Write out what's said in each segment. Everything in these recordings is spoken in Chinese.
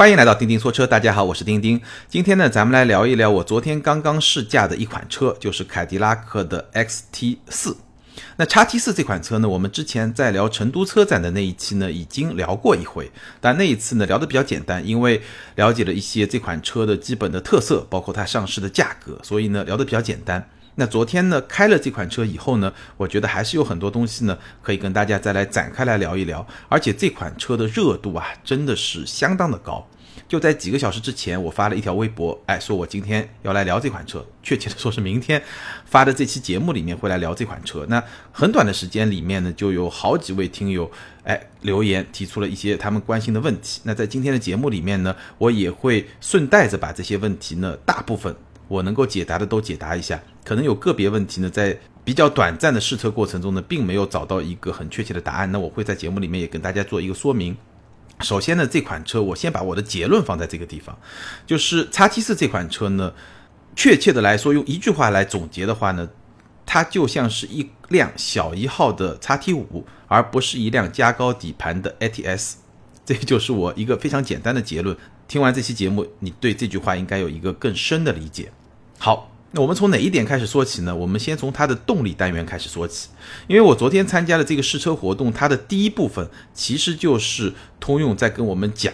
欢迎来到钉钉说车，大家好，我是钉钉。今天呢，咱们来聊一聊我昨天刚刚试驾的一款车，就是凯迪拉克的 XT4。那 XT4 这款车呢，我们之前在聊成都车展的那一期呢，已经聊过一回，但那一次呢聊得比较简单，因为了解了一些这款车的基本的特色，包括它上市的价格，所以呢聊得比较简单。那昨天呢开了这款车以后呢，我觉得还是有很多东西呢可以跟大家再来展开来聊一聊，而且这款车的热度啊真的是相当的高。就在几个小时之前，我发了一条微博，说我今天要来聊这款车，确切的说是明天发的这期节目里面会来聊这款车。那很短的时间里面呢，就有好几位听友留言提出了一些他们关心的问题。那在今天的节目里面呢，我也会顺带着把这些问题呢，大部分我能够解答的都解答一下，可能有个别问题呢，在比较短暂的试车过程中呢，并没有找到一个很确切的答案，那我会在节目里面也跟大家做一个说明。首先呢，这款车我先把我的结论放在这个地方，就是 XT4 这款车呢，确切的来说，用一句话来总结的话呢，它就像是一辆小一号的 XT5， 而不是一辆加高底盘的 ATS。 这就是我一个非常简单的结论。听完这期节目，你对这句话应该有一个更深的理解。好，那我们从哪一点开始说起呢？我们先从它的动力单元开始说起。因为我昨天参加了这个试车活动，它的第一部分其实就是通用在跟我们讲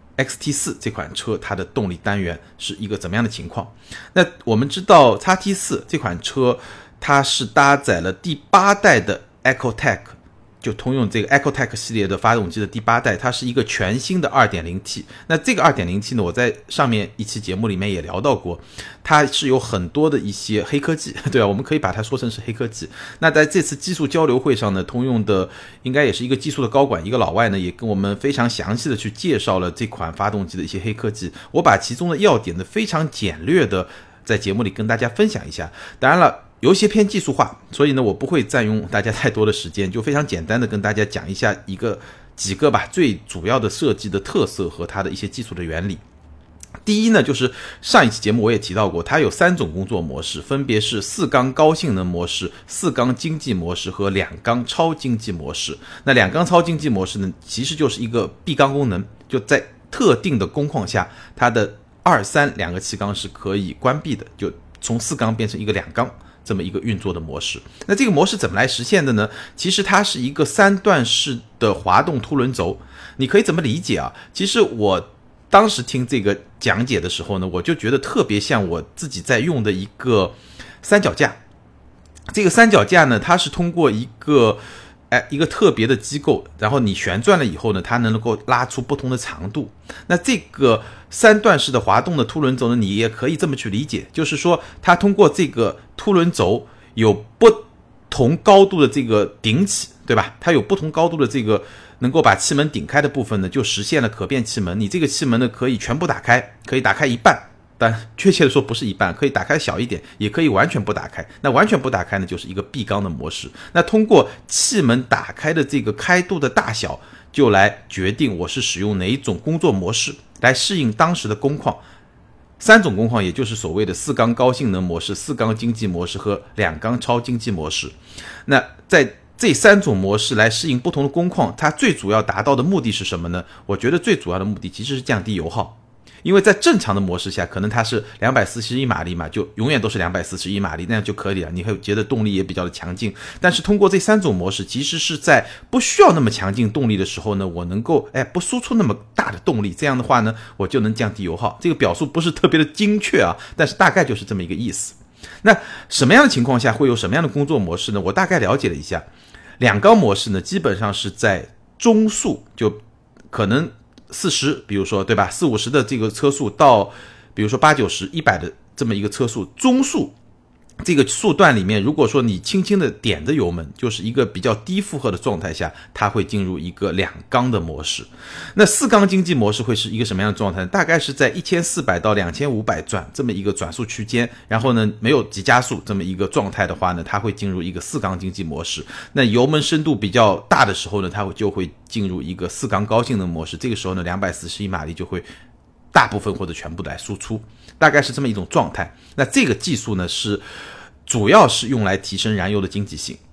XT4 这款车它的动力单元是一个怎么样的情况。那我们知道 XT4 这款车它是搭载了第8代的 EcoTec，就通用这个 EcoTec 系列的发动机的第8代，它是一个全新的 2.0T。 那这个 2.0T 呢，我在上面一期节目里面也聊到过，它是有很多的一些黑科技，对吧？我们可以把它说成是黑科技。那在这次技术交流会上呢，通用的应该也是一个技术的高管，一个老外呢，也跟我们非常详细的去介绍了这款发动机的一些黑科技。我把其中的要点呢，非常简略的在节目里跟大家分享一下。当然了，有些偏技术化，所以呢我不会占用大家太多的时间，就非常简单的跟大家讲一下几个吧最主要的设计的特色和它的一些基础的原理。第一呢，就是上一期节目我也提到过，它有3种工作模式，分别是4缸高性能模式、4缸经济模式和2缸超经济模式。那2缸超经济模式呢，其实就是一个闭缸功能，就在特定的工况下，它的2、3两个气缸是可以关闭的，就从4缸变成一个2缸这么一个运作的模式。那这个模式怎么来实现的呢？其实它是一个3段式的滑动凸轮轴。你可以怎么理解啊？其实我当时听这个讲解的时候呢，我就觉得特别像我自己在用的一个三脚架。这个三脚架呢，它是通过一个特别的机构，然后你旋转了以后呢，它能够拉出不同的长度。那这个3段式的滑动的凸轮轴呢，你也可以这么去理解，就是说它通过这个凸轮轴有不同高度的这个顶起，对吧？它有不同高度的这个能够把气门顶开的部分呢，就实现了可变气门。你这个气门呢，可以全部打开，可以打开一半，但确切的说不是一半，可以打开小一点，也可以完全不打开。那完全不打开呢，就是一个闭缸的模式。那通过气门打开的这个开度的大小，就来决定我是使用哪一种工作模式来适应当时的工况。3种工况，也就是所谓的4缸高性能模式、4缸经济模式和2缸超经济模式。那在这3种模式来适应不同的工况，它最主要达到的目的是什么呢？我觉得最主要的目的其实是降低油耗。因为在正常的模式下，可能它是241马力嘛，就永远都是241马力，那样就可以了，你会觉得动力也比较的强劲。但是通过这3种模式，其实是在不需要那么强劲动力的时候呢，我能够不输出那么大的动力，这样的话呢，我就能降低油耗。这个表述不是特别的精确啊，但是大概就是这么一个意思。那什么样的情况下会有什么样的工作模式呢？我大概了解了一下，2缸模式呢，基本上是在中速，就可能40，比如说对吧，40-50的这个车速到比如说80-90、100的这么一个车速，中速这个速段里面，如果说你轻轻的点着油门，就是一个比较低负荷的状态下，它会进入一个2缸的模式。那4缸经济模式会是一个什么样的状态？大概是在1400到2500转这么一个转速区间，然后呢没有急加速这么一个状态的话呢，它会进入一个4缸经济模式。那油门深度比较大的时候呢，它就会进入一个4缸高性能模式。这个时候呢，241马力就会大部分或者全部来输出，大概是这么一种状态。那这个技术呢，主要是用来提升燃油的经济性。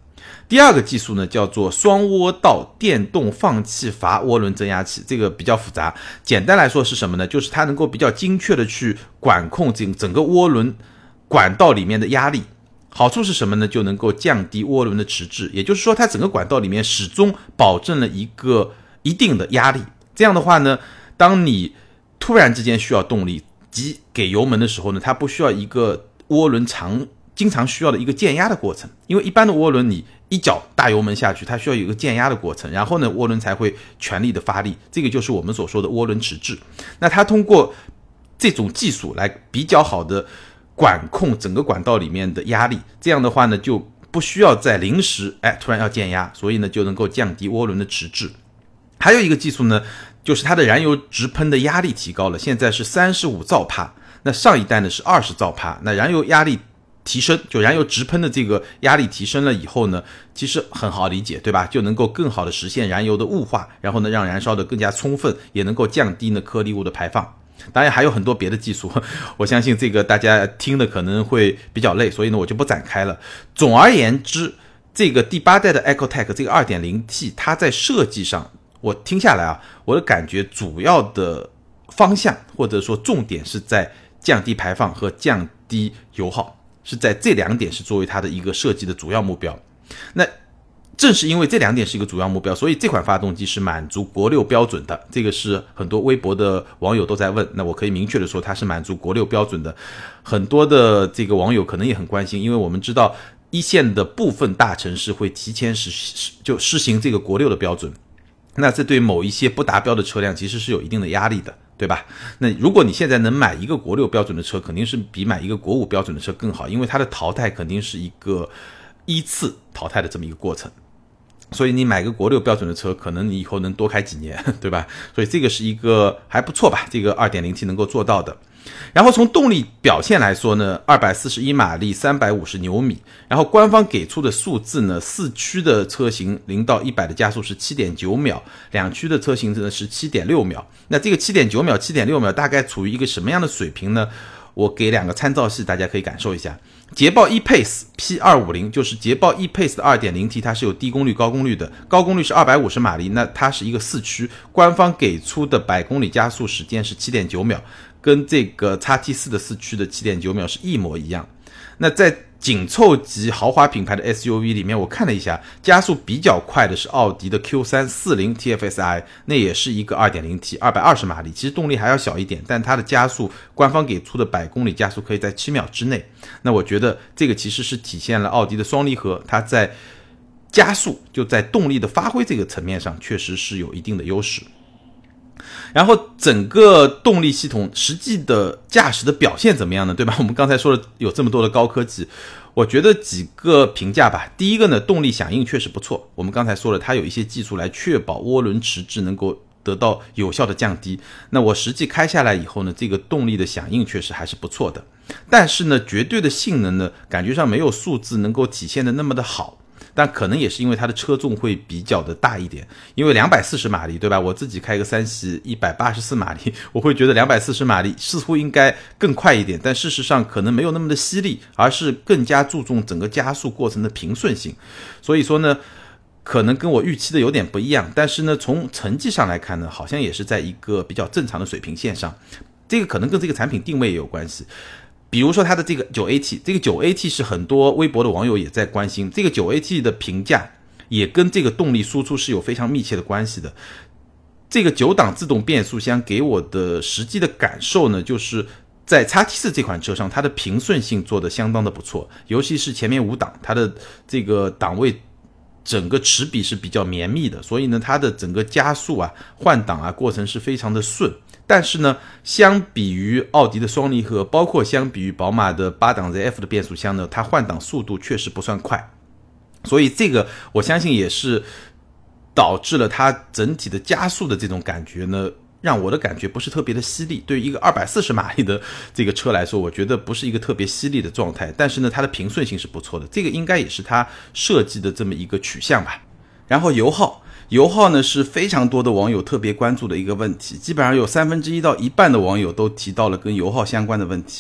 第二个技术呢叫做双涡道电动放气阀涡轮增压器，这个比较复杂。简单来说是什么呢？就是它能够比较精确的去管控整个涡轮管道里面的压力。好处是什么呢？就能够降低涡轮的迟滞，也就是说它整个管道里面始终保证了一个一定的压力。这样的话呢，当你突然之间需要动力急给油门的时候呢，它不需要一个涡轮经常需要的一个减压的过程，因为一般的涡轮你一脚大油门下去，它需要有一个减压的过程，然后呢涡轮才会全力的发力，这个就是我们所说的涡轮迟滞。那它通过这种技术来比较好的管控整个管道里面的压力，这样的话呢就不需要在临时突然要减压，所以呢就能够降低涡轮的迟滞。还有一个技术呢，就是它的燃油直喷的压力提高了，现在是35兆帕，那上一代呢是20兆帕。那燃油压力提升，就燃油直喷的这个压力提升了以后呢，其实很好理解，对吧？就能够更好的实现燃油的雾化，然后呢让燃烧的更加充分，也能够降低呢颗粒物的排放。当然还有很多别的技术，我相信这个大家听的可能会比较累，所以呢我就不展开了。总而言之，这个第8代的 EcoTec 这个 2.0T 它在设计上我听下来啊，我的感觉主要的方向或者说重点是在降低排放和降低油耗，是在这2点是作为它的一个设计的主要目标。那正是因为这2点是一个主要目标，所以这款发动机是满足国6标准的，这个是很多微博的网友都在问，那我可以明确的说它是满足国6标准的。很多的这个网友可能也很关心，因为我们知道一线的部分大城市会提前施行这个国6的标准，那这对某一些不达标的车辆其实是有一定的压力的，对吧？那如果你现在能买一个国6标准的车，肯定是比买一个国5标准的车更好，因为它的淘汰肯定是一个依次淘汰的这么一个过程。所以你买个国6标准的车，可能你以后能多开几年，对吧？所以这个是一个还不错吧，这个 2.0T 能够做到的。然后从动力表现来说呢，241马力350牛米，然后官方给出的数字呢，4驱的车型0到100的加速是 7.9 秒，2驱的车型呢是 7.6 秒。那这个 7.9 秒 7.6 秒大概处于一个什么样的水平呢？我给2个参照系，大家可以感受一下。捷豹 E-Pace P250 就是捷豹 E-Pace 的 2.0T， 它是有低功率高功率的，高功率是250马力，那它是一个4驱，官方给出的百公里加速时间是 7.9 秒，跟这个 XT4 的4驱的 7.9 秒是一模一样。那在紧凑级豪华品牌的 SUV 里面，我看了一下，加速比较快的是奥迪的 Q340 TFSI， 那也是一个 2.0T 220马力，其实动力还要小一点，但它的加速官方给出的百公里加速可以在7秒之内。那我觉得这个其实是体现了奥迪的双离合，它在加速就在动力的发挥这个层面上确实是有一定的优势。然后整个动力系统实际的驾驶的表现怎么样呢？对吧？我们刚才说了有这么多的高科技，我觉得几个评价吧。第一个呢，动力响应确实不错。我们刚才说了，它有一些技术来确保涡轮迟滞能够得到有效的降低。那我实际开下来以后呢，这个动力的响应确实还是不错的。但是呢，绝对的性能呢，感觉上没有数字能够体现的那么的好。但可能也是因为它的车重会比较的大一点，因为240马力，对吧？我自己开个3系184马力，我会觉得240马力似乎应该更快一点，但事实上可能没有那么的犀利，而是更加注重整个加速过程的平顺性。所以说呢，可能跟我预期的有点不一样，但是呢，从成绩上来看呢，好像也是在一个比较正常的水平线上。这个可能跟这个产品定位也有关系。比如说它的这个 9AT， 这个 9AT 是很多微博的网友也在关心，这个 9AT 的评价也跟这个动力输出是有非常密切的关系的。这个9档自动变速箱给我的实际的感受呢，就是在 XT4 这款车上，它的平顺性做得相当的不错，尤其是前面5档，它的这个档位整个齿比是比较绵密的，所以呢，它的整个加速啊、换挡啊过程是非常的顺。但是呢，相比于奥迪的双离合，包括相比于宝马的8档 ZF 的变速箱呢，它换挡速度确实不算快，所以这个我相信也是导致了它整体的加速的这种感觉呢，让我的感觉不是特别的犀利。对于一个240马力的这个车来说，我觉得不是一个特别犀利的状态，但是呢，它的平顺性是不错的，这个应该也是它设计的这么一个取向吧。然后油耗呢是非常多的网友特别关注的一个问题，基本上有1/3到1半的网友都提到了跟油耗相关的问题。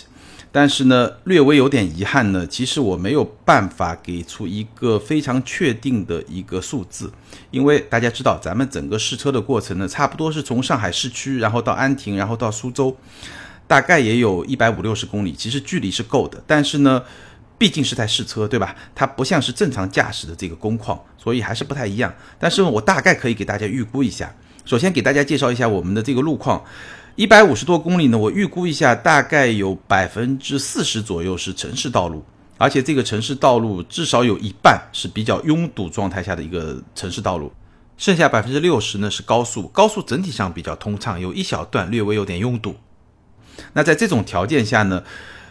但是呢，略微有点遗憾呢，其实我没有办法给出一个非常确定的一个数字，因为大家知道咱们整个试车的过程呢，差不多是从上海市区，然后到安亭，然后到苏州，大概也有150-160公里，其实距离是够的，但是呢，毕竟是在试车，对吧？它不像是正常驾驶的这个工况，所以还是不太一样。但是我大概可以给大家预估一下，首先给大家介绍一下我们的这个路况。150多公里呢，我预估一下，大概有40%左右是城市道路，而且这个城市道路至少有一半是比较拥堵状态下的一个城市道路，剩下60%呢是高速，高速整体上比较通畅，有一小段略微有点拥堵。那在这种条件下呢，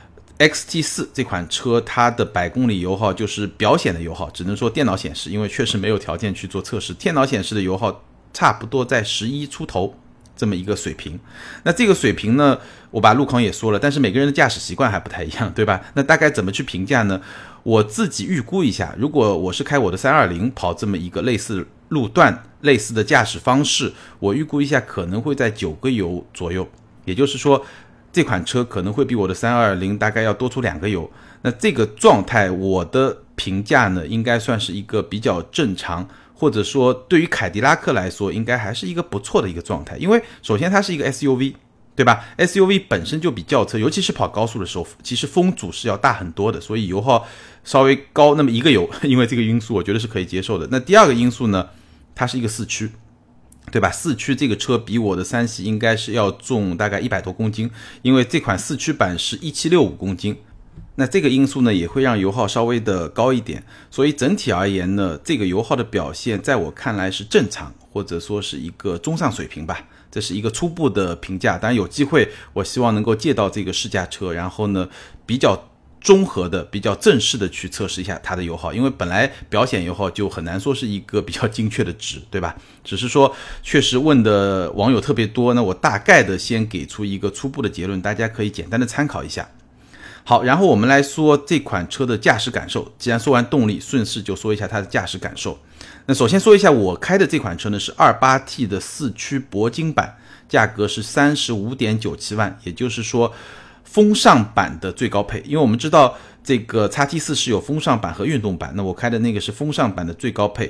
XT4 这款车它的百公里油耗就是表显的油耗，只能说电脑显示，因为确实没有条件去做测试，电脑显示的油耗差不多在11出头这么一个水平。那这个水平呢，我把路况也说了，但是每个人的驾驶习惯还不太一样，对吧？那大概怎么去评价呢？我自己预估一下，如果我是开我的320跑这么一个类似路段类似的驾驶方式，我预估一下可能会在9个油左右，也就是说这款车可能会比我的320大概要多出2个油。那这个状态我的评价呢，应该算是一个比较正常，或者说对于凯迪拉克来说应该还是一个不错的一个状态。因为首先它是一个 SUV， 对吧？ SUV 本身就比轿车，尤其是跑高速的时候，其实风阻是要大很多的，所以油耗稍微高那么1个油，因为这个因素我觉得是可以接受的。那第二个因素呢，它是一个4驱，对吧？4驱这个车比我的3系应该是要重大概100多公斤，因为这款4驱版是1765公斤。那这个因素呢，也会让油耗稍微的高一点，所以整体而言呢，这个油耗的表现在我看来是正常，或者说是一个中上水平吧，这是一个初步的评价。当然有机会我希望能够借到这个试驾车，然后呢比较综合的比较正式的去测试一下它的油耗，因为本来表显油耗就很难说是一个比较精确的值，对吧？只是说确实问的网友特别多，那我大概的先给出一个初步的结论，大家可以简单的参考一下。好，然后我们来说这款车的驾驶感受。既然说完动力，顺势就说一下它的驾驶感受。那首先说一下我开的这款车呢，是 2.8T 的4驱铂金版，价格是 35.97 万，也就是说风尚版的最高配。因为我们知道这个 XT4 是有风尚版和运动版，那我开的那个是风尚版的最高配，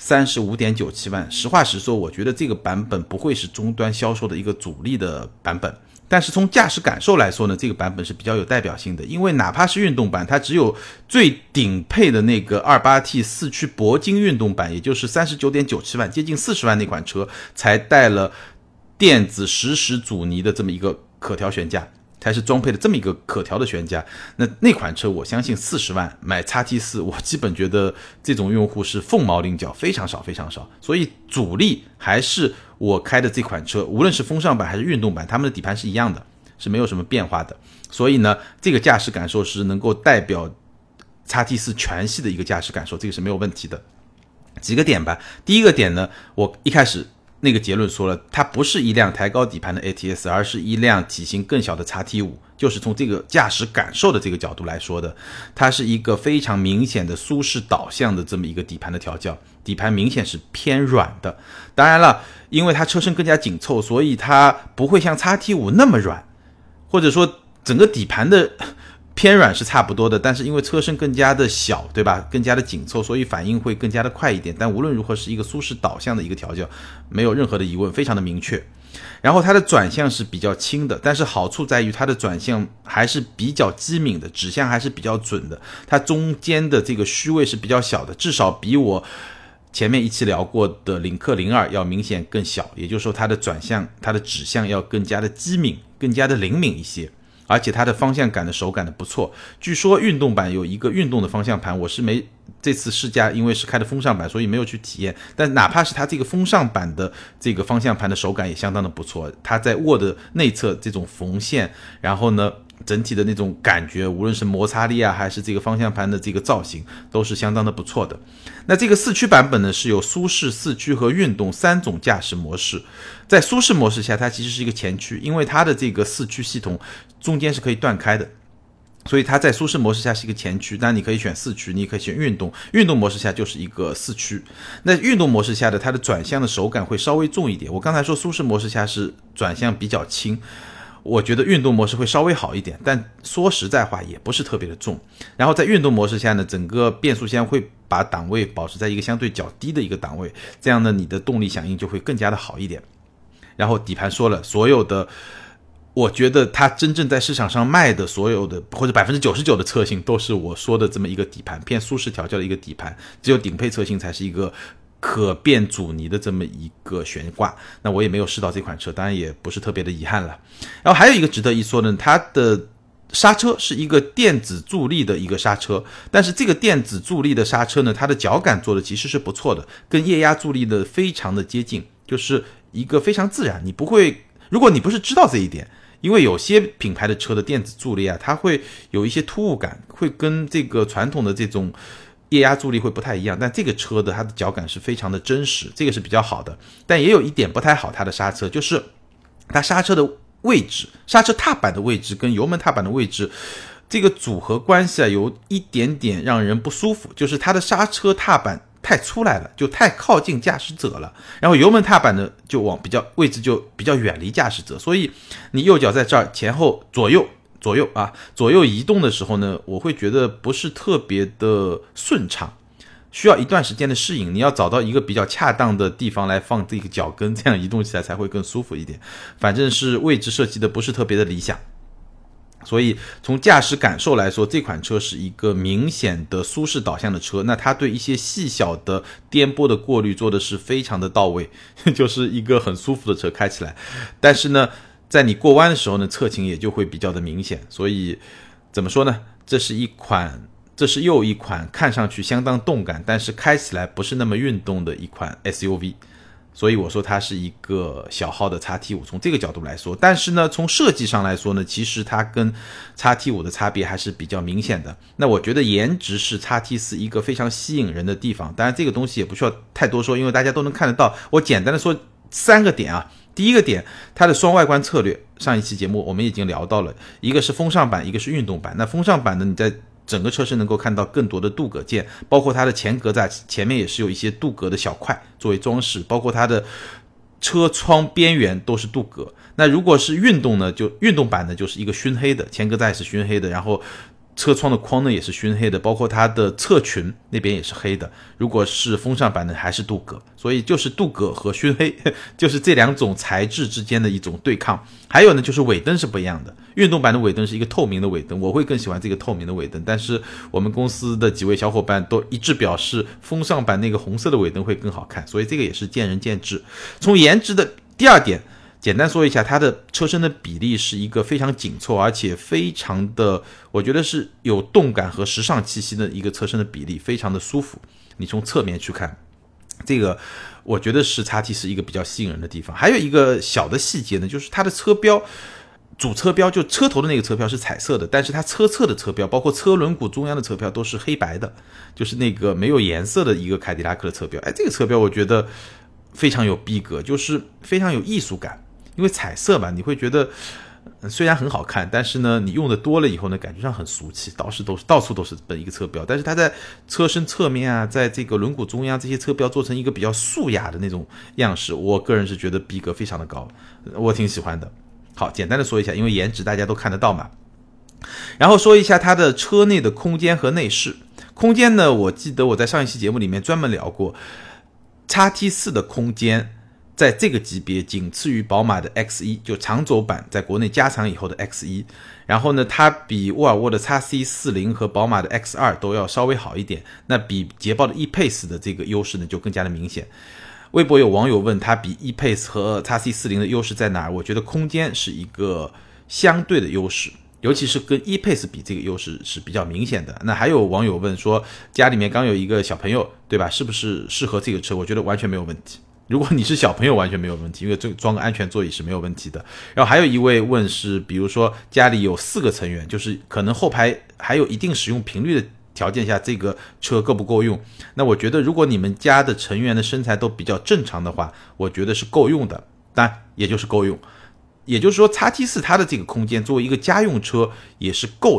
35.97 万。实话实说，我觉得这个版本不会是终端销售的一个主力的版本，但是从驾驶感受来说呢，这个版本是比较有代表性的。因为哪怕是运动版，它只有最顶配的那个 2.8T 4驱铂金运动版，也就是 39.97 万，接近40万那款车才带了电子实时阻尼的这么一个可调悬架，才是装配的这么一个可调的悬架。那款车我相信40万买 XT4， 我基本觉得这种用户是凤毛麟角，非常少非常少。所以主力还是我开的这款车，无论是风尚版还是运动版，它们的底盘是一样的，是没有什么变化的。所以呢，这个驾驶感受是能够代表 XT4 全系的一个驾驶感受，这个是没有问题的。几个点吧。第一个点呢，我一开始那个结论说了，它不是一辆抬高底盘的 ATS， 而是一辆体型更小的 XT5， 就是从这个驾驶感受的这个角度来说的。它是一个非常明显的舒适导向的这么一个底盘的调教，底盘明显是偏软的。当然了，因为它车身更加紧凑，所以它不会像 XT5 那么软，或者说整个底盘的偏软是差不多的，但是因为车身更加的小，对吧？更加的紧凑，所以反应会更加的快一点。但无论如何是一个舒适导向的一个调教，没有任何的疑问，非常的明确。然后它的转向是比较轻的，但是好处在于它的转向还是比较机敏的，指向还是比较准的。它中间的这个虚位是比较小的，至少比我前面一期聊过的领克02要明显更小，也就是说它的转向、它的指向要更加的机敏、更加的灵敏一些。而且它的方向感的手感的不错，据说运动版有一个运动的方向盘，我是没这次试驾，因为是开的风尚版，所以没有去体验。但哪怕是它这个风尚版的这个方向盘的手感也相当的不错，它在握的内侧这种缝线，然后呢整体的那种感觉，无论是摩擦力啊，还是这个方向盘的这个造型，都是相当的不错的。那这个4驱版本呢，是有舒适、4驱和运动3种驾驶模式。在舒适模式下，它其实是一个前驱，因为它的这个4驱系统中间是可以断开的，所以它在舒适模式下是一个前驱。当然你可以选4驱，你也可以选运动，运动模式下就是一个4驱。那运动模式下的它的转向的手感会稍微重一点。我刚才说舒适模式下是转向比较轻， 我觉得运动模式会稍微好一点，但说实在话也不是特别的重。然后在运动模式下呢，整个变速箱会把档位保持在一个相对较低的一个档位，这样呢你的动力响应就会更加的好一点。然后底盘说了，所有的我觉得它真正在市场上卖的所有的或者 99% 的车型都是我说的这么一个底盘，偏舒适调教的一个底盘，只有顶配车型才是一个可变阻尼的这么一个悬挂。那我也没有试到这款车，当然也不是特别的遗憾了。然后还有一个值得一说呢，它的刹车是一个电子助力的一个刹车，但是这个电子助力的刹车呢，它的脚感做的其实是不错的，跟液压助力的非常的接近，就是一个非常自然，你不会，如果你不是知道这一点，因为有些品牌的车的电子助力啊，它会有一些突兀感，会跟这个传统的这种液压助力会不太一样，但这个车的它的脚感是非常的真实，这个是比较好的。但也有一点不太好，它的刹车就是它刹车的位置，刹车踏板的位置跟油门踏板的位置，这个组合关系啊，有一点点让人不舒服，就是它的刹车踏板太出来了，就太靠近驾驶者了，然后油门踏板呢就往位置就比较远离驾驶者，所以你右脚在这儿前后左右移动的时候呢，我会觉得不是特别的顺畅，需要一段时间的适应，你要找到一个比较恰当的地方来放这个脚跟，这样移动起来才会更舒服一点。反正是位置设计的不是特别的理想，所以从驾驶感受来说，这款车是一个明显的舒适导向的车，那它对一些细小的颠簸的过滤做的是非常的到位，就是一个很舒服的车开起来。但是呢在你过弯的时候呢，侧倾也就会比较的明显，所以怎么说呢，这是又一款看上去相当动感，但是开起来不是那么运动的一款 SUV， 所以我说它是一个小号的 XT5， 从这个角度来说。但是呢从设计上来说呢，其实它跟 XT5 的差别还是比较明显的。那我觉得颜值是 XT4 一个非常吸引人的地方，当然这个东西也不需要太多说，因为大家都能看得到，我简单的说3个点啊。第一个点，它的双外观策略，上一期节目我们已经聊到了，一个是风尚版，一个是运动版。那风尚版呢，你在整个车身能够看到更多的镀铬件，包括它的前格栅前面也是有一些镀铬的小块作为装饰，包括它的车窗边缘都是镀铬。那如果是运动版呢，就是一个熏黑的，前格栅也是熏黑的，然后车窗的框呢也是熏黑的，包括它的侧裙那边也是黑的。如果是风尚版呢，还是镀铬，所以就是镀铬和熏黑，就是这两种材质之间的一种对抗。还有呢，就是尾灯是不一样的，运动版的尾灯是一个透明的尾灯，我会更喜欢这个透明的尾灯，但是我们公司的几位小伙伴都一致表示风尚版那个红色的尾灯会更好看，所以这个也是见仁见智。从颜值的第二点，简单说一下，它的车身的比例是一个非常紧凑，而且非常的，我觉得是有动感和时尚气息的一个车身的比例，非常的舒服。你从侧面去看，这个我觉得是 XT 是一个比较吸引人的地方。还有一个小的细节呢，就是它的车标，主车标就车头的那个车标是彩色的，但是它车侧的车标，包括车轮毂中央的车标都是黑白的，就是那个没有颜色的一个凯迪拉克的车标。这个车标我觉得非常有逼格，就是非常有艺术感。因为彩色吧，你会觉得虽然很好看，但是呢你用的多了以后呢，感觉上很俗气，到处都是一个车标。但是它在车身侧面啊，在这个轮毂中央这些车标做成一个比较素雅的那种样式，我个人是觉得逼格非常的高，我挺喜欢的。好，简单的说一下，因为颜值大家都看得到嘛。然后说一下它的车内的空间和内饰。空间呢，我记得我在上一期节目里面专门聊过， XT4 的空间在这个级别仅次于宝马的 X1， 就长轴版在国内加长以后的 X1。然后呢，它比沃尔沃的 XC40 和宝马的 X2 都要稍微好一点。那比捷豹的 E-Pace 的这个优势呢就更加的明显。微博有网友问它比 E-Pace 和 XC40 的优势在哪儿？我觉得空间是一个相对的优势，尤其是跟 E-Pace 比，这个优势是比较明显的。那还有网友问说，家里面刚有一个小朋友，对吧？是不是适合这个车？我觉得完全没有问题。如果你是小朋友完全没有问题，因为这个装个安全座椅是没有问题的。然后还有一位问是，比如说家里有4个成员，就是可能后排还有一定使用频率的条件下，这个车够不够用？那我觉得如果你们家的成员的身材都比较正常的话，我觉得是够用的，当然也就是够用。也就是说 XT4 它的这个空间作为一个家用车也是够的，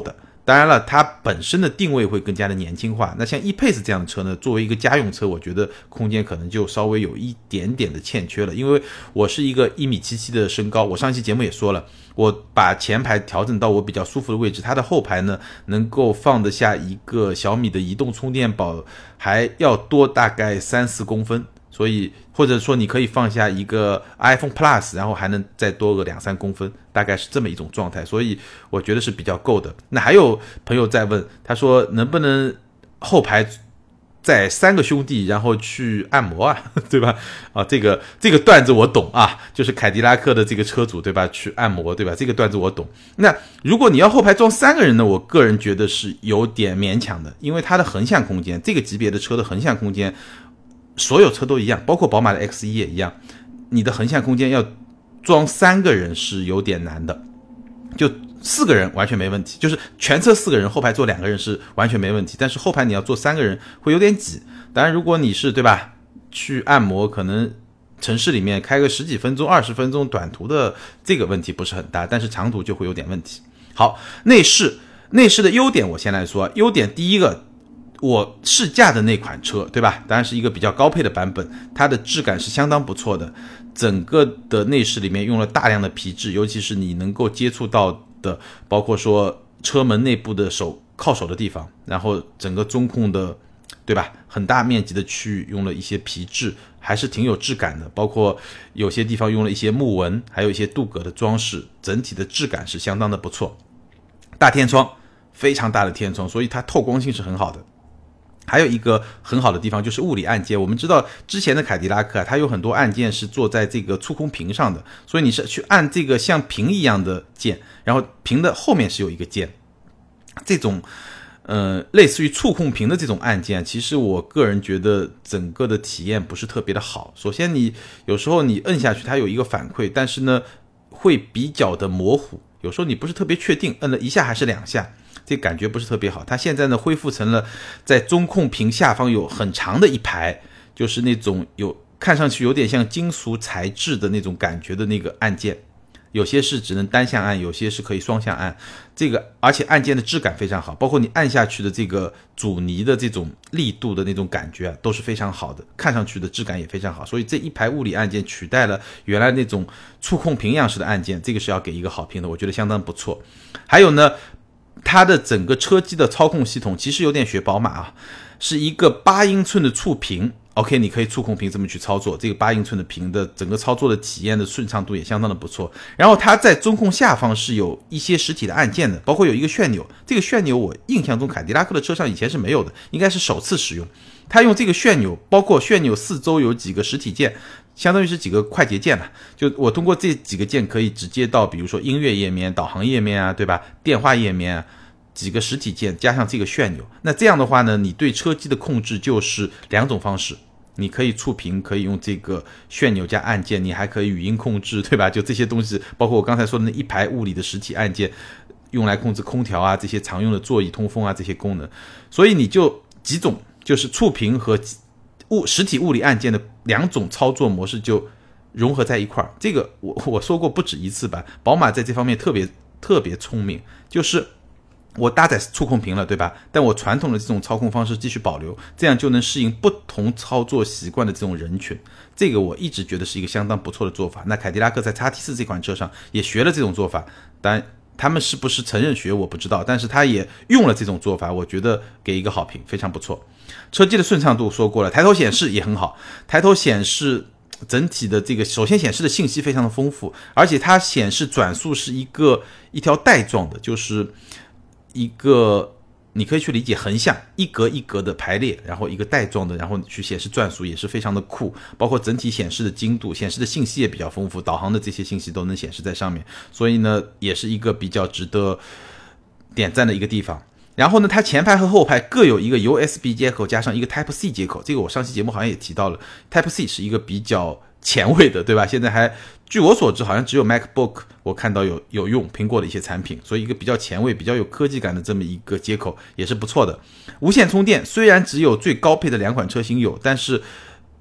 当然了，它本身的定位会更加的年轻化。那像 E-Pace 这样的车呢，作为一个家用车，我觉得空间可能就稍微有一点点的欠缺了。因为我是一个1.77米的身高，我上期节目也说了，我把前排调整到我比较舒服的位置，它的后排呢能够放得下一个小米的移动充电宝，还要多大概3-4公分。所以或者说你可以放下一个 iPhone Plus， 然后还能再多个2-3公分，大概是这么一种状态，所以我觉得是比较够的。那还有朋友在问，他说能不能后排载3个兄弟然后去按摩啊，对吧？这个段子我懂啊，就是凯迪拉克的这个车主，对吧？去按摩，对吧？这个段子我懂。那如果你要后排装3个人呢，我个人觉得是有点勉强的，因为它的横向空间，这个级别的车的横向空间所有车都一样，包括宝马的 X1 也一样，你的横向空间要装3个人是有点难的，就4个人完全没问题，就是全车4个人，后排坐2个人是完全没问题，但是后排你要坐3个人会有点挤。当然如果你是对吧去按摩，可能城市里面开个10几分钟20分钟短途的，这个问题不是很大，但是长途就会有点问题。好，内饰的优点我先来说。优点第一个，我试驾的那款车，对吧？当然是一个比较高配的版本，它的质感是相当不错的。整个的内饰里面用了大量的皮质，尤其是你能够接触到的，包括说车门内部的靠手的地方，然后整个中控的，对吧？很大面积的区域用了一些皮质，还是挺有质感的。包括有些地方用了一些木纹，还有一些镀铬的装饰，整体的质感是相当的不错。大天窗，非常大的天窗，所以它透光性是很好的。还有一个很好的地方就是物理按键，我们知道之前的凯迪拉克它有很多按键是坐在这个触控屏上的，所以你是去按这个像屏一样的键，然后屏的后面是有一个键，这种类似于触控屏的这种按键，其实我个人觉得整个的体验不是特别的好。首先你有时候你摁下去它有一个反馈，但是呢会比较的模糊，有时候你不是特别确定摁了1下还是2下，这感觉不是特别好。它现在呢恢复成了在中控屏下方有很长的一排，就是那种看上去有点像金属材质的那种感觉的那个按键，有些是只能单向按，有些是可以双向按。这个而且按键的质感非常好，包括你按下去的这个阻尼的这种力度的那种感觉都是非常好的，看上去的质感也非常好。所以这一排物理按键取代了原来那种触控屏样式的按键，这个是要给一个好评的，我觉得相当不错。还有呢，它的整个车机的操控系统其实有点学宝马啊，是一个8英寸的触屏。OK， 你可以触控屏这么去操作，这个8英寸的屏的整个操作的体验的顺畅度也相当的不错。然后它在中控下方是有一些实体的按键的，包括有一个旋钮，这个旋钮我印象中凯迪拉克的车上以前是没有的，应该是首次使用。它用这个旋钮，包括旋钮四周有几个实体键，相当于是几个快捷键了。就我通过这几个键可以直接到比如说音乐页面、导航页面啊，对吧？电话页面啊，几个实体键加上这个旋钮。那这样的话呢，你对车机的控制就是2种方式。你可以触屏，可以用这个旋钮加按键，你还可以语音控制，对吧？就这些东西，包括我刚才说的那一排物理的实体按键，用来控制空调啊，这些常用的座椅通风啊，这些功能。所以你就几种，就是触屏和实体物理按键的2种操作模式就融合在一块儿。这个我说过不止一次吧，宝马在这方面特别聪明，就是我搭载触控屏了，对吧？但我传统的这种操控方式继续保留，这样就能适应不同操作习惯的这种人群。这个我一直觉得是一个相当不错的做法。那凯迪拉克在 XT4 这款车上也学了这种做法，当然他们是不是承认学我不知道，但是他也用了这种做法，我觉得给一个好评，非常不错。车机的顺畅度说过了，抬头显示也很好，抬头显示整体的这个首先显示的信息非常的丰富，而且它显示转速是一条带状的，就是一个你可以去理解横向一格一格的排列，然后一个带状的，然后去显示转速，也是非常的酷。包括整体显示的精度，显示的信息也比较丰富，导航的这些信息都能显示在上面，所以呢也是一个比较值得点赞的一个地方。然后呢，它前排和后排各有一个 USB 接口加上一个 Type-C 接口，这个我上期节目好像也提到了， Type-C 是一个比较前卫的，对吧？现在还据我所知好像只有 MacBook 我看到有用苹果的一些产品，所以一个比较前卫比较有科技感的这么一个接口也是不错的。无线充电虽然只有最高配的2款车型有，但是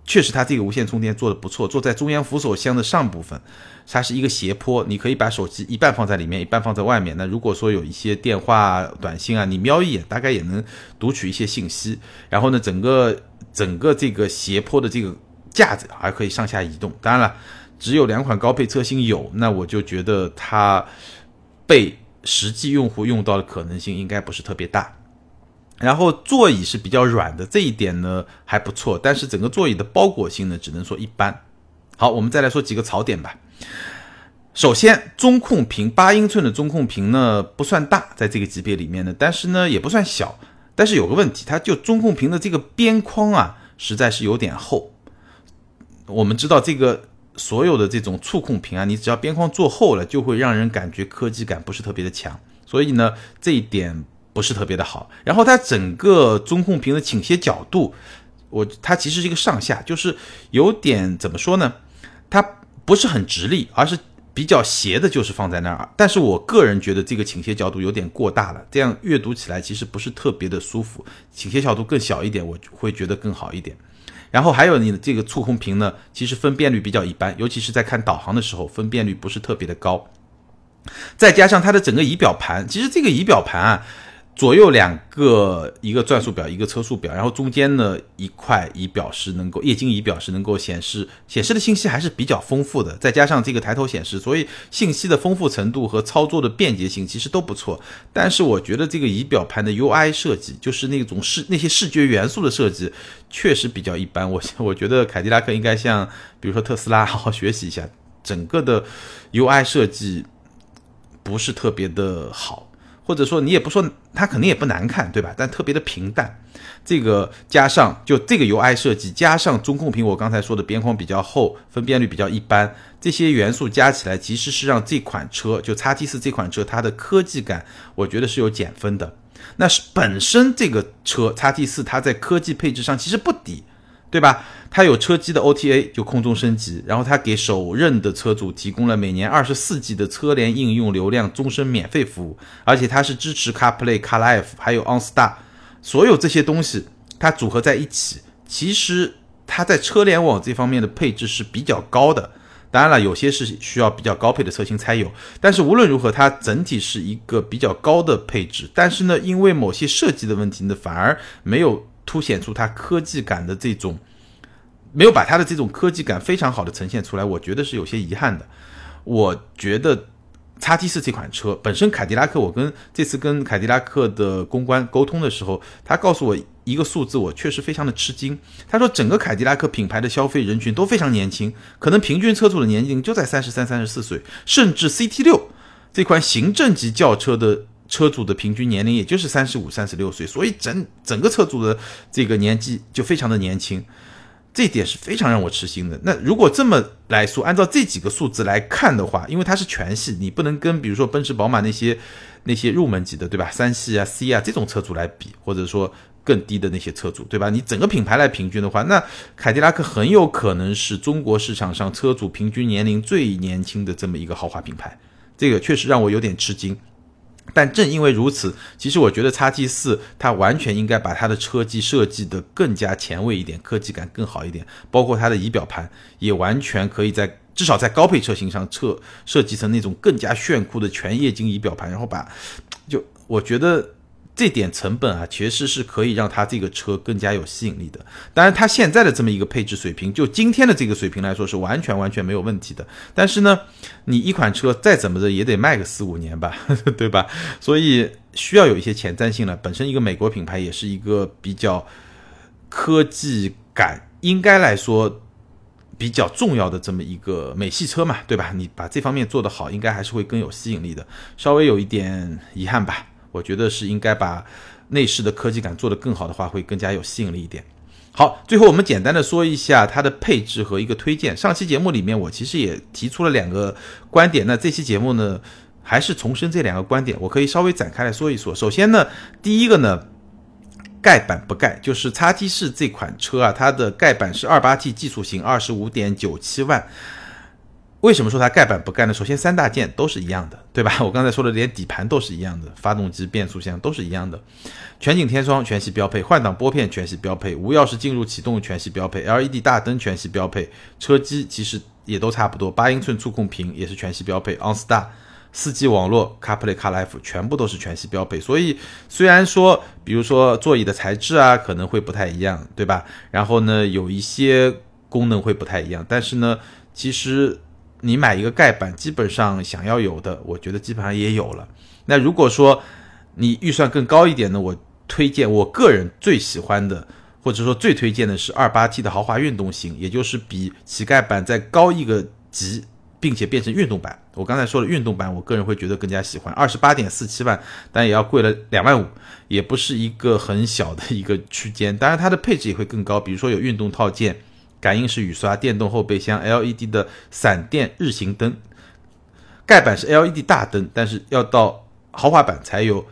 确实它这个无线充电做得不错，坐在中央扶手箱的上部分，它是一个斜坡，你可以把手机一半放在里面，一半放在外面。那如果说有一些电话短信啊，你瞄一眼大概也能读取一些信息。然后呢，整个这个斜坡的这个架子还可以上下移动。当然了，只有2款高配车型有，那我就觉得它被实际用户用到的可能性应该不是特别大。然后座椅是比较软的，这一点呢还不错，但是整个座椅的包裹性呢只能说一般。好，我们再来说几个槽点吧。首先，中控屏8英寸的中控屏呢不算大，在这个级别里面呢，但是呢也不算小，但是有个问题，它就中控屏的这个边框啊实在是有点厚。我们知道这个所有的这种触控屏啊，你只要边框做厚了，就会让人感觉科技感不是特别的强，所以呢这一点不是特别的好。然后它整个中控屏的倾斜角度，它其实是一个上下，就是有点怎么说呢，它不是很直立，而是比较斜的，就是放在那儿。但是我个人觉得这个倾斜角度有点过大了，这样阅读起来其实不是特别的舒服，倾斜角度更小一点我会觉得更好一点。然后还有你的这个触控屏呢，其实分辨率比较一般，尤其是在看导航的时候分辨率不是特别的高。再加上它的整个仪表盘，其实这个仪表盘啊，左右2个，一个转速表一个车速表，然后中间呢一块仪表是能够液晶仪表是能够显示的信息还是比较丰富的，再加上这个抬头显示，所以信息的丰富程度和操作的便捷性其实都不错。但是我觉得这个仪表盘的 UI 设计，就是那些视觉元素的设计确实比较一般。我觉得凯迪拉克应该像比如说特斯拉好好学习一下，整个的 UI 设计不是特别的好，或者说你也不说它肯定也不难看，对吧？但特别的平淡。这个加上就这个 UI 设计，加上中控屏我刚才说的边框比较厚，分辨率比较一般，这些元素加起来，其实是让这款车就 XT4 这款车它的科技感，我觉得是有减分的。那是本身这个车 XT4 它在科技配置上其实不低，对吧？它有车机的 OTA 就空中升级，然后它给首任的车主提供了每年24G 的车联应用流量终身免费服务，而且它是支持 CarPlay、CarLife 还有 OnStar， 所有这些东西它组合在一起，其实它在车联网这方面的配置是比较高的。当然了，有些是需要比较高配的车型才有，但是无论如何它整体是一个比较高的配置。但是呢，因为某些设计的问题呢，反而没有凸显出它科技感的这种，没有把它的这种科技感非常好的呈现出来，我觉得是有些遗憾的。我觉得 XT4 这款车本身，凯迪拉克我这次跟凯迪拉克的公关沟通的时候，他告诉我一个数字，我确实非常的吃惊。他说整个凯迪拉克品牌的消费人群都非常年轻，可能平均车主的年龄就在33、34岁，甚至 CT6 这款行政级轿车的车主的平均年龄也就是35、36岁，所以整个车主的这个年纪就非常的年轻。这一点是非常让我吃惊的。那如果这么来说，按照这几个数字来看的话，因为它是全系，你不能跟比如说奔驰宝马那些入门级的，对吧，3系啊 C 啊这种车主来比，或者说更低的那些车主，对吧？你整个品牌来平均的话，那凯迪拉克很有可能是中国市场上车主平均年龄最年轻的这么一个豪华品牌，这个确实让我有点吃惊。但正因为如此，其实我觉得 XT4 它完全应该把它的车机设计的更加前卫一点，科技感更好一点，包括它的仪表盘也完全可以至少在高配车型上设计成那种更加炫酷的全液晶仪表盘，然后我觉得这点成本啊，其实是可以让它这个车更加有吸引力的。当然它现在的这么一个配置水平，就今天的这个水平来说是完全没有问题的。但是呢，你一款车再怎么着也得卖个4、5年吧对吧？所以需要有一些前瞻性了。本身一个美国品牌也是一个比较科技感应该来说比较重要的这么一个美系车嘛，对吧？你把这方面做得好，应该还是会更有吸引力的。稍微有一点遗憾吧，我觉得是应该把内饰的科技感做得更好的话，会更加有吸引力一点。好，最后我们简单的说一下它的配置和一个推荐。上期节目里面我其实也提出了2个观点，那这期节目呢还是重申这2个观点，我可以稍微展开来说一说。首先呢，第一个呢，盖板不盖，就是 XT4 这款车啊，它的盖板是 28T 技术型 25.97 万。 为什么说它盖板不盖呢？首先三大件都是一样的，对吧？我刚才说的连底盘都是一样的，发动机、变速箱都是一样的，全景天窗全系标配，换挡拨片全系标配，无钥匙进入启动全系标配， LED 大灯全系标配，车机其实也都差不多，8英寸触控屏也是全系标配， OnStar 4G 网络 CarPlay、CarLife 全部都是全系标配。所以虽然说比如说座椅的材质啊可能会不太一样，对吧？然后呢有一些功能会不太一样，但是呢其实你买一个盖板基本上想要有的我觉得基本上也有了。那如果说你预算更高一点呢，我推荐我个人最喜欢的或者说最推荐的是 28T 的豪华运动型，也就是比乞丐版再高一个级，并且变成运动版。我刚才说了运动版我个人会觉得更加喜欢， 28.47万，但也要贵了2万5，也不是一个很小的一个区间。当然它的配置也会更高，比如说有运动套件、感应式雨刷、电动后备箱、LED 的闪电日行灯。盖板是 LED 大灯，但是要到豪华版才有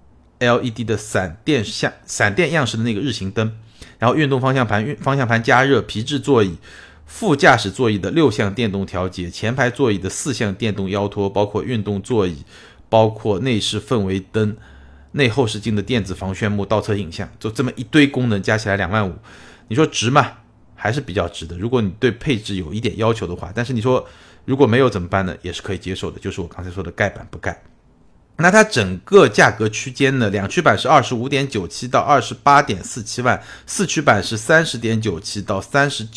LED 的闪电样式的那个日行灯。然后运动方向盘加热，皮质座椅，副驾驶座椅的6项电动调节，前排座椅的4项电动腰托，包括运动座椅，包括内饰氛围灯，内后视镜的电子防眩目，倒车影像，就这么一堆功能加起来2万5，你说值吗？还是比较值的，如果你对配置有一点要求的话。但是你说如果没有怎么办呢？也是可以接受的，就是我刚才说的盖板不盖。那它整个价格区间呢，两驱版是 25.97 到 28.47 万，四驱版是 30.97 到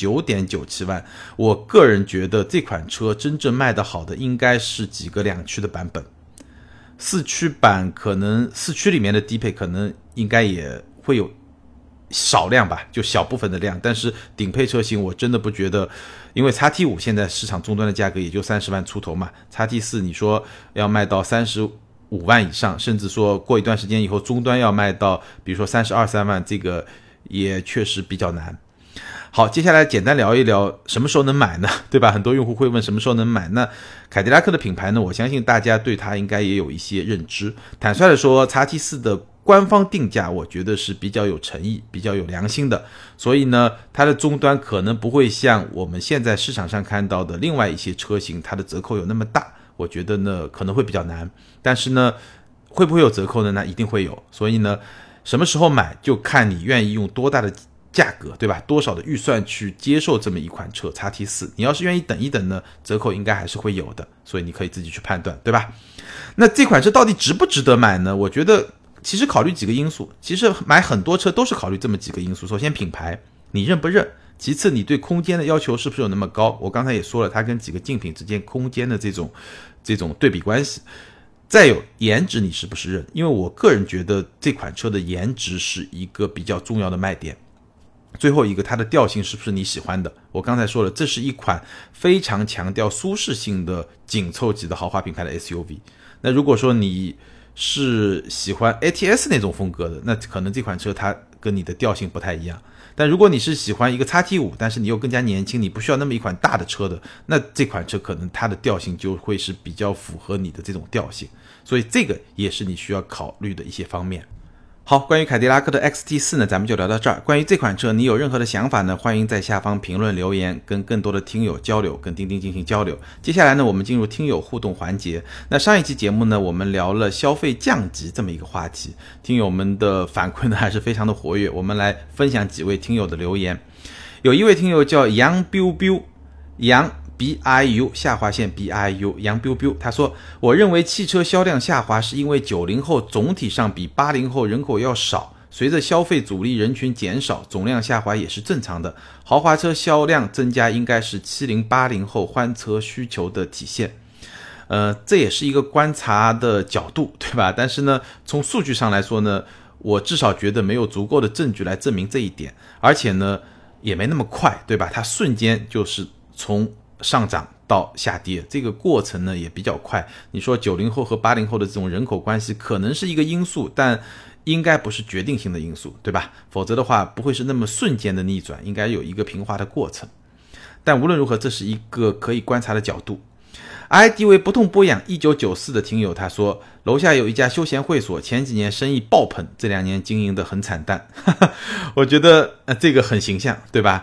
39.97 万。我个人觉得这款车真正卖得好的应该是几个两驱的版本，四驱版可能四驱里面的低配可能应该也会有少量吧，就小部分的量，但是顶配车型我真的不觉得，因为 XT5 现在市场终端的价格也就30万出头嘛， XT4 你说要卖到35万以上，甚至说过一段时间以后终端要卖到比如说32、3万，这个也确实比较难。好，接下来简单聊一聊什么时候能买呢，对吧？很多用户会问什么时候能买。那凯迪拉克的品牌呢，我相信大家对它应该也有一些认知。坦率的说 XT4 的官方定价我觉得是比较有诚意、比较有良心的，所以呢它的终端可能不会像我们现在市场上看到的另外一些车型它的折扣有那么大，我觉得呢可能会比较难。但是呢会不会有折扣呢？那一定会有。所以呢什么时候买就看你愿意用多大的价格，对吧？多少的预算去接受这么一款车 XT4， 你要是愿意等一等呢，折扣应该还是会有的，所以你可以自己去判断，对吧？那这款车到底值不值得买呢？我觉得其实考虑几个因素，其实买很多车都是考虑这么几个因素。首先品牌你认不认，其次你对空间的要求是不是有那么高，我刚才也说了它跟几个竞品之间空间的这种对比关系，再有颜值你是不是认，因为我个人觉得这款车的颜值是一个比较重要的卖点。最后一个它的调性是不是你喜欢的，我刚才说了这是一款非常强调舒适性的紧凑级的豪华品牌的 SUV。 那如果说你是喜欢 ATS 那种风格的，那可能这款车它跟你的调性不太一样。但如果你是喜欢一个 XT5 但是你又更加年轻，你不需要那么一款大的车的，那这款车可能它的调性就会是比较符合你的这种调性，所以这个也是你需要考虑的一些方面。好，关于凯迪拉克的 XT4 呢，咱们就聊到这儿。关于这款车你有任何的想法呢，欢迎在下方评论留言，跟更多的听友交流，跟钉钉进行交流。接下来呢，我们进入听友互动环节。那上一期节目呢，我们聊了消费降级这么一个话题，听友们的反馈呢还是非常的活跃，我们来分享几位听友的留言。有一位听友叫杨 biu， 杨BIU 下划线 BIU 杨 biu， 他说我认为汽车销量下滑是因为90后总体上比80后人口要少，随着消费主力人群减少，总量下滑也是正常的，豪华车销量增加应该是70、80后换车需求的体现。这也是一个观察的角度，对吧？但是呢从数据上来说呢，我至少觉得没有足够的证据来证明这一点，而且呢也没那么快，对吧？它瞬间就是从上涨到下跌，这个过程呢也比较快。你说90后和80后的这种人口关系可能是一个因素，但应该不是决定性的因素，对吧？否则的话不会是那么瞬间的逆转，应该有一个平滑的过程。但无论如何这是一个可以观察的角度。ID 为不痛不痒1994的听友他说，楼下有一家休闲会所，前几年生意爆棚，这2年经营的很惨淡。我觉得这个很形象，对吧？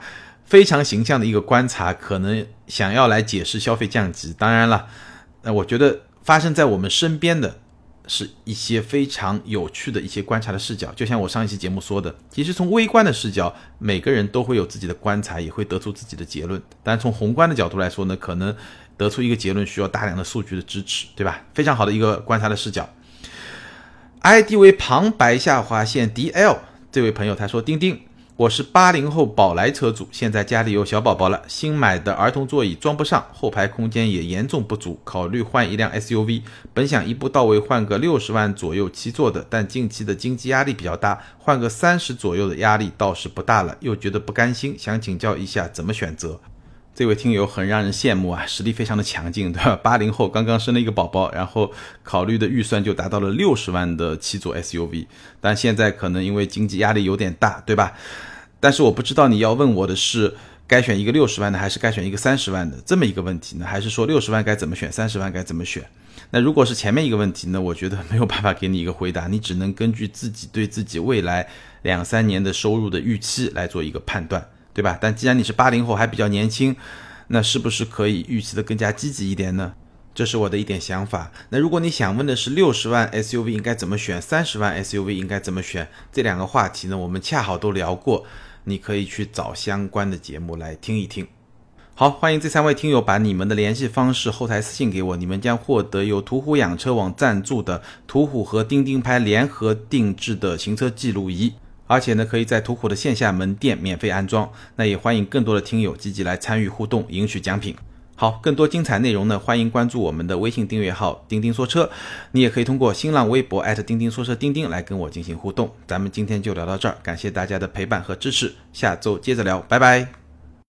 非常形象的一个观察，可能想要来解释消费降级。当然了，我觉得发生在我们身边的是一些非常有趣的一些观察的视角，就像我上一期节目说的，其实从微观的视角，每个人都会有自己的观察，也会得出自己的结论。但从宏观的角度来说呢，可能得出一个结论需要大量的数据的支持，对吧？非常好的一个观察的视角。ID 为旁白下划线 DL 这位朋友他说，丁丁，我是80后宝来车主，现在家里有小宝宝了，新买的儿童座椅装不上，后排空间也严重不足，考虑换一辆 SUV， 本想一步到位换个60万左右7座的，但近期的经济压力比较大，换个30左右的压力倒是不大了，又觉得不甘心，想请教一下怎么选择。这位听友很让人羡慕啊，实力非常的强劲，对吧？80后刚刚生了一个宝宝，然后考虑的预算就达到了60万的7座 SUV， 但现在可能因为经济压力有点大，对吧？但是我不知道你要问我的是该选一个60万的还是该选一个30万的这么一个问题呢，还是说60万该怎么选，30万该怎么选？那如果是前面一个问题呢，我觉得没有办法给你一个回答，你只能根据自己对自己未来2-3年的收入的预期来做一个判断，对吧？但既然你是80后还比较年轻，那是不是可以预期的更加积极一点呢？这是我的一点想法。那如果你想问的是60万 SUV 应该怎么选，30万 SUV 应该怎么选，这两个话题呢，我们恰好都聊过，你可以去找相关的节目来听一听。好，欢迎这3位听友把你们的联系方式后台私信给我，你们将获得由途虎养车网赞助的途虎和钉钉拍联合定制的行车记录仪，而且呢，可以在途虎的线下门店免费安装。那也欢迎更多的听友积极来参与互动，赢取奖品。好，更多精彩内容呢，欢迎关注我们的微信订阅号钉钉说车，你也可以通过新浪微博钉钉说车钉钉来跟我进行互动。咱们今天就聊到这儿，感谢大家的陪伴和支持，下周接着聊，拜拜。